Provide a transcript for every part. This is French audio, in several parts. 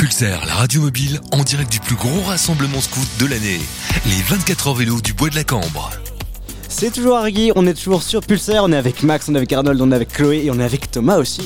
Pulsar, la radio mobile, en direct du plus gros rassemblement scout de l'année. Les 24 heures vélo du Bois de la Cambre. C'est toujours Arguy, on est toujours sur Pulsar, on est avec Max, on est avec Arnold, on est avec Chloé et on est avec Thomas aussi.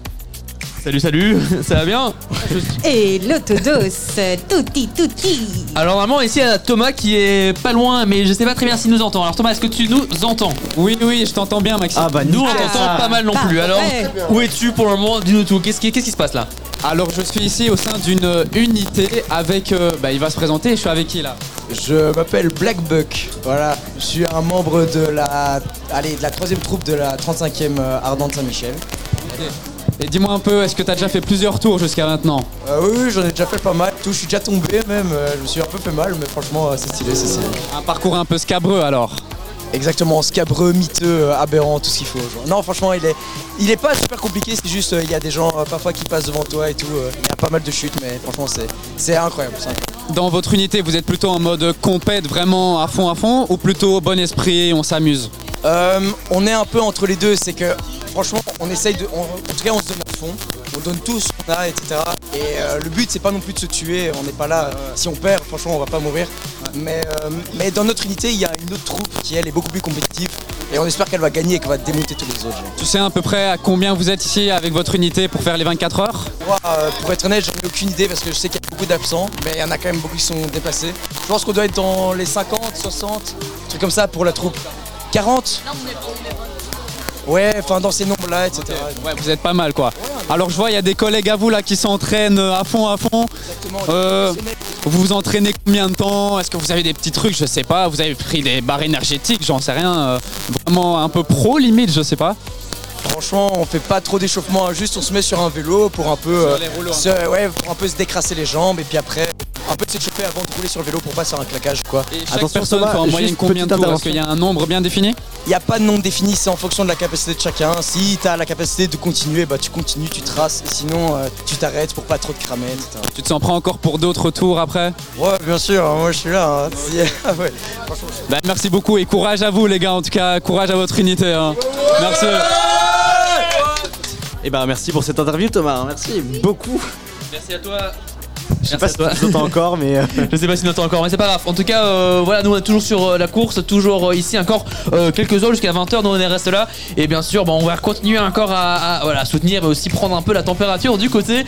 Salut, ça va bien? Et l'autodos, tutti. Alors normalement ici il y a Thomas qui est pas loin, mais je sais pas très bien s'il nous entend. Alors Thomas, est-ce que tu nous entends? Oui, je t'entends bien, Maxime. Ah bah Nous on nickel. t'entend pas mal non plus. Alors où es-tu pour le moment? Dis-nous tout, qu'est-ce qui se passe là? Alors je suis ici au sein d'une unité avec... il va se présenter, je suis avec qui là? Je m'appelle Black Buck, voilà, je suis un membre de la 3ème troupe de la 35e Ardente Saint-Michel. Okay. Et dis-moi un peu, est-ce que t'as déjà fait plusieurs tours jusqu'à maintenant? Oui, j'en ai déjà fait pas mal, je suis déjà tombé même, je me suis un peu fait mal, mais franchement c'est stylé. Un parcours un peu scabreux alors? Exactement, scabreux, miteux, aberrant, tout ce qu'il faut. Genre. Non, franchement, il est pas super compliqué, c'est juste, il y a des gens parfois qui passent devant toi et tout, il y a pas mal de chutes, mais franchement c'est incroyable. Dans votre unité, vous êtes plutôt en mode compète vraiment à fond, ou plutôt bon esprit, on s'amuse? On est un peu entre les deux, c'est que franchement on essaye en tout cas on se donne à fond, on donne tout ce qu'on a, etc. Et le but c'est pas non plus de se tuer, on n'est pas là, si on perd franchement on va pas mourir. Mais dans notre unité il y a une autre troupe qui elle est beaucoup plus compétitive et on espère qu'elle va gagner et qu'elle va démonter tous les autres. Genre. Tu sais à peu près à combien vous êtes ici avec votre unité pour faire les 24 heures? Moi pour être honnête j'en ai aucune idée parce que je sais qu'il y a beaucoup d'absents, mais il y en a quand même beaucoup qui sont déplacés. Je pense qu'on doit être dans les 50, 60, trucs comme ça pour la troupe. 40 ? Ouais, enfin dans ces nombres-là, etc. Ouais, vous êtes pas mal quoi. Alors je vois, il y a des collègues à vous là qui s'entraînent à fond. Exactement. Vous vous entraînez combien de temps? Est-ce que vous avez des petits trucs, je sais pas, vous avez pris des barres énergétiques, j'en sais rien, vraiment un peu pro limite, je sais pas. Franchement, on fait pas trop d'échauffement, juste on se met sur un vélo pour un peu, pour un peu se décrasser les jambes et puis après un peu s'échauffer avant de rouler sur le vélo pour pas se faire un claquage quoi. Et chaque Attention, personne Thomas, fait en moyenne juste combien de petite tours? Est-ce qu'il y a un nombre bien défini? Il n'y a pas de nombre défini, c'est en fonction de la capacité de chacun. Si tu as la capacité de continuer, bah tu continues, tu traces. Sinon, tu t'arrêtes pour pas trop te cramer, etc. Tu te sens prêt encore pour d'autres tours après? Ouais, bien sûr, moi je suis là. Ouais. Bah, merci beaucoup et courage à vous les gars, en tout cas courage à votre unité. Merci. Et bah merci pour cette interview Thomas, merci beaucoup. Merci à toi. Je sais pas si tu nous entends encore mais... Je sais pas si tu entends encore, mais c'est pas grave. En tout cas, voilà, nous on est toujours sur la course, toujours ici encore quelques heures jusqu'à 20h, nous on est resté là. Et bien sûr, on va continuer encore à soutenir, mais aussi prendre un peu la température du côté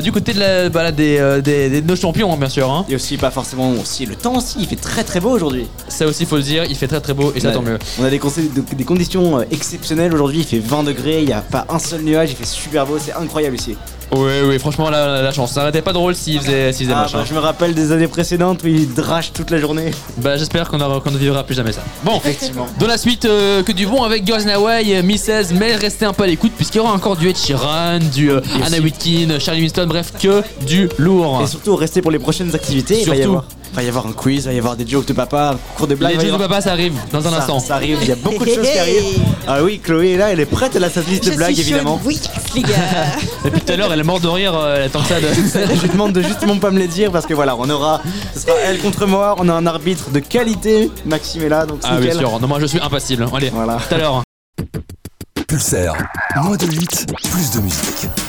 de nos champions, hein, bien sûr. Hein. Et aussi pas forcément aussi le temps aussi, il fait très très beau aujourd'hui. Ça aussi faut le dire, il fait très très beau et ça tant mieux. On a des conditions exceptionnelles aujourd'hui, il fait 20 degrés, il n'y a pas un seul nuage, il fait super beau, c'est incroyable ici. Oui, franchement la chance, ça n'arrêtait pas drôle s'il faisait match. Je me rappelle des années précédentes où il drache toute la journée. Bah j'espère qu'on ne vivra plus jamais ça. Bon, effectivement. Dans la suite, que du bon avec Girls in Hawaii, Mrs. Mais restez un peu à l'écoute puisqu'il y aura encore du Ed Sheeran, du Anna Whitkin, Charlie Winston, bref, que du lourd. Et surtout restez pour les prochaines activités, il va y avoir un quiz, il va y avoir des jokes de papa, un concours de blagues. Les jokes de papa ça arrive dans un instant. Ça arrive, il y a beaucoup de choses qui arrivent. Ah oui, Chloé est là, elle est prête, elle a sa liste de blagues évidemment. Oui, les gars. Depuis tout à l'heure elle est morte de rire, tant que ça. Je lui demande de justement pas me les dire parce que voilà, ce sera elle contre moi, on a un arbitre de qualité, Maxime est là donc c'est nickel. Bien sûr, non, moi je suis impassible. Allez, voilà. Tout à l'heure. Pulsar, moins de 8, plus de musique.